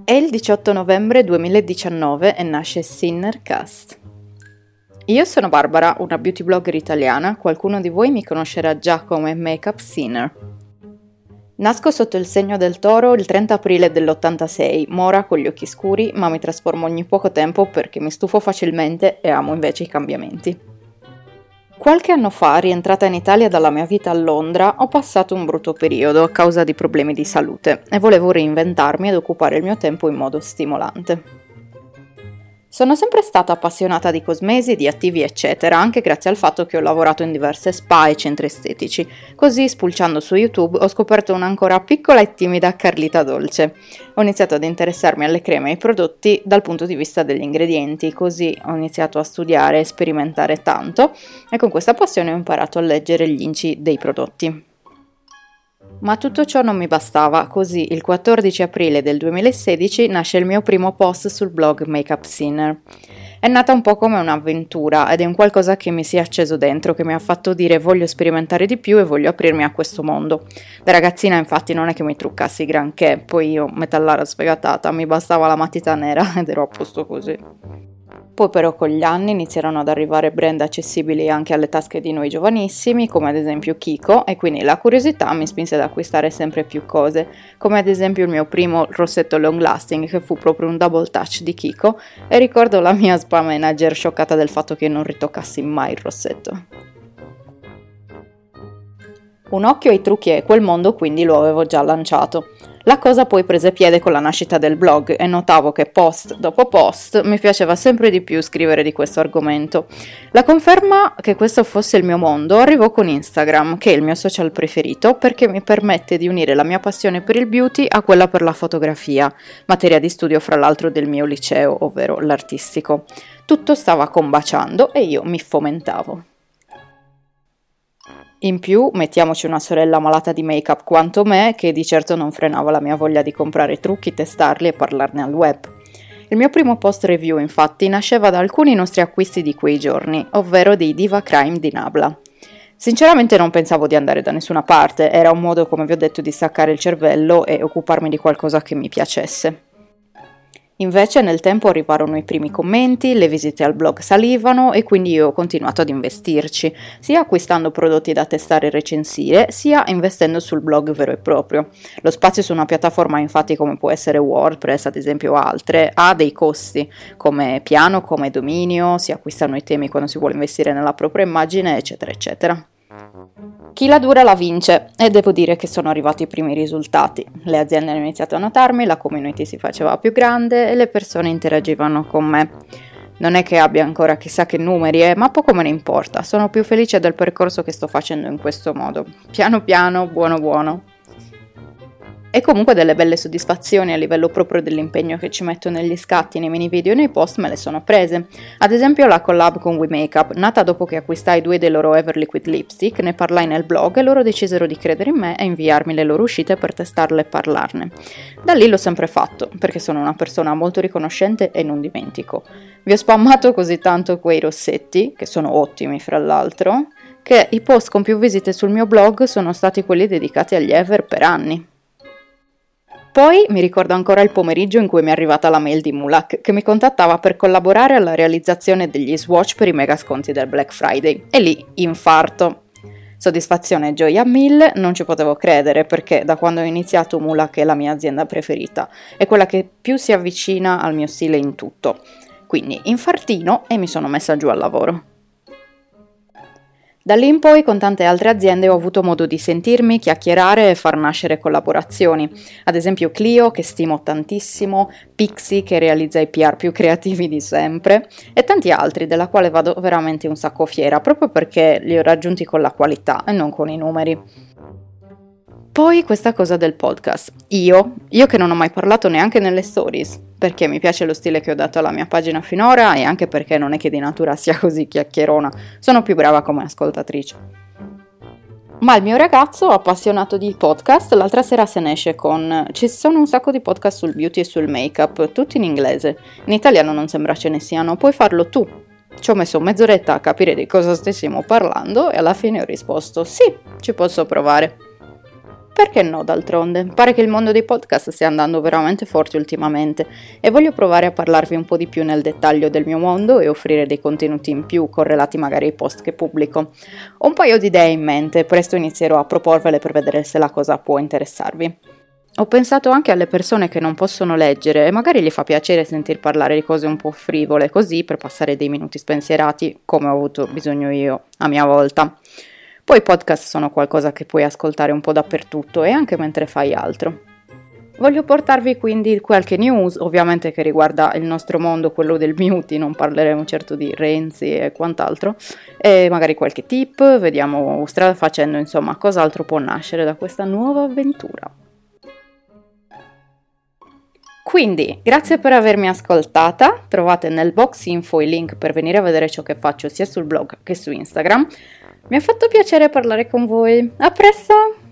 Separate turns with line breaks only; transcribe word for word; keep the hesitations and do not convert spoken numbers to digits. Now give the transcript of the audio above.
È il diciotto novembre duemiladiciannove e nasce Sinnercast. Io sono Barbara, una beauty blogger italiana, qualcuno di voi mi conoscerà già come Makeup Sinner. Nasco sotto il segno del toro il trenta aprile dell'ottantasei, mora con gli occhi scuri, ma mi trasformo ogni poco tempo perché mi stufo facilmente e amo invece i cambiamenti. Qualche anno fa, rientrata in Italia dalla mia vita a Londra, ho passato un brutto periodo a causa di problemi di salute e volevo reinventarmi ed occupare il mio tempo in modo stimolante. Sono sempre stata appassionata di cosmesi, di attivi eccetera, anche grazie al fatto che ho lavorato in diverse spa e centri estetici. Così, spulciando su YouTube, ho scoperto un'ancora piccola e timida Carlita Dolce. Ho iniziato ad interessarmi alle creme e ai prodotti dal punto di vista degli ingredienti, così ho iniziato a studiare e sperimentare tanto e con questa passione ho imparato a leggere gli inci dei prodotti. Ma tutto ciò non mi bastava, così il quattordici aprile del duemilasedici nasce il mio primo post sul blog Makeup Sinner. È nata un po' come un'avventura ed è un qualcosa che mi si è acceso dentro, che mi ha fatto dire voglio sperimentare di più e voglio aprirmi a questo mondo. Da ragazzina infatti non è che mi truccassi granché, poi io metallara sfegatata, mi bastava la matita nera ed ero a posto così. Poi però con gli anni iniziarono ad arrivare brand accessibili anche alle tasche di noi giovanissimi, come ad esempio Kiko, e quindi la curiosità mi spinse ad acquistare sempre più cose, come ad esempio il mio primo rossetto long lasting che fu proprio un double touch di Kiko, e ricordo la mia spa manager scioccata del fatto che non ritoccassi mai il rossetto. Un occhio ai trucchi e quel mondo quindi lo avevo già lanciato. La cosa poi prese piede con la nascita del blog e notavo che post dopo post mi piaceva sempre di più scrivere di questo argomento. La conferma che questo fosse il mio mondo arrivò con Instagram, che è il mio social preferito perché mi permette di unire la mia passione per il beauty a quella per la fotografia, materia di studio fra l'altro del mio liceo, ovvero l'artistico. Tutto stava combaciando e io mi fomentavo. In più, mettiamoci una sorella malata di make-up quanto me, che di certo non frenava la mia voglia di comprare trucchi, testarli e parlarne al web. Il mio primo post review, infatti, nasceva da alcuni nostri acquisti di quei giorni, ovvero dei Diva Crime di Nabla. Sinceramente non pensavo di andare da nessuna parte, era un modo, come vi ho detto, di staccare il cervello e occuparmi di qualcosa che mi piacesse. Invece nel tempo arrivarono i primi commenti, le visite al blog salivano e quindi io ho continuato ad investirci, sia acquistando prodotti da testare e recensire, sia investendo sul blog vero e proprio. Lo spazio su una piattaforma infatti come può essere WordPress, ad esempio o altre, ha dei costi, come piano, come dominio, si acquistano i temi quando si vuole investire nella propria immagine, eccetera, eccetera. Chi la dura la vince e devo dire che sono arrivati i primi risultati. Le aziende hanno iniziato a notarmi, la community si faceva più grande e le persone interagivano con me. Non è che abbia ancora chissà che numeri, eh, ma poco me ne importa, sono più felice del percorso che sto facendo in questo modo. Piano piano, buono buono. E comunque delle belle soddisfazioni a livello proprio dell'impegno che ci metto negli scatti, nei mini video e nei post me le sono prese. Ad esempio la collab con We Makeup, nata dopo che acquistai due dei loro Ever Liquid Lipstick, ne parlai nel blog e loro decisero di credere in me e inviarmi le loro uscite per testarle e parlarne. Da lì l'ho sempre fatto, perché sono una persona molto riconoscente e non dimentico. Vi ho spammato così tanto quei rossetti, che sono ottimi fra l'altro, che i post con più visite sul mio blog sono stati quelli dedicati agli Ever per anni. Poi mi ricordo ancora il pomeriggio in cui mi è arrivata la mail di Mulak che mi contattava per collaborare alla realizzazione degli swatch per i mega sconti del Black Friday. E lì, infarto. Soddisfazione e gioia a mille, non ci potevo credere perché da quando ho iniziato Mulak è la mia azienda preferita, è quella che più si avvicina al mio stile in tutto. Quindi infartino e mi sono messa giù al lavoro. Da lì in poi con tante altre aziende ho avuto modo di sentirmi, chiacchierare e far nascere collaborazioni, ad esempio Clio che stimo tantissimo, Pixie che realizza i P R più creativi di sempre e tanti altri della quale vado veramente un sacco fiera proprio perché li ho raggiunti con la qualità e non con i numeri. Poi questa cosa del podcast, io, io che non ho mai parlato neanche nelle stories, perché mi piace lo stile che ho dato alla mia pagina finora e anche perché non è che di natura sia così chiacchierona, sono più brava come ascoltatrice. Ma il mio ragazzo, appassionato di podcast, l'altra sera se ne esce con ci sono un sacco di podcast sul beauty e sul make-up, tutti in inglese, in italiano non sembra ce ne siano, puoi farlo tu. Ci ho messo mezz'oretta a capire di cosa stessimo parlando e alla fine ho risposto sì, ci posso provare. Perché no, d'altronde? Pare che il mondo dei podcast stia andando veramente forte ultimamente e voglio provare a parlarvi un po' di più nel dettaglio del mio mondo e offrire dei contenuti in più correlati magari ai post che pubblico. Ho un paio di idee in mente, presto inizierò a proporvele per vedere se la cosa può interessarvi. Ho pensato anche alle persone che non possono leggere e magari gli fa piacere sentir parlare di cose un po' frivole, così per passare dei minuti spensierati, come ho avuto bisogno io a mia volta. Poi i podcast sono qualcosa che puoi ascoltare un po' dappertutto e anche mentre fai altro. Voglio portarvi quindi qualche news, ovviamente che riguarda il nostro mondo, quello del beauty, non parleremo certo di Renzi e quant'altro, e magari qualche tip, vediamo strada facendo, insomma, cos'altro può nascere da questa nuova avventura. Quindi, grazie per avermi ascoltata, trovate nel box info i link per venire a vedere ciò che faccio sia sul blog che su Instagram. Mi ha fatto piacere parlare con voi, a presto!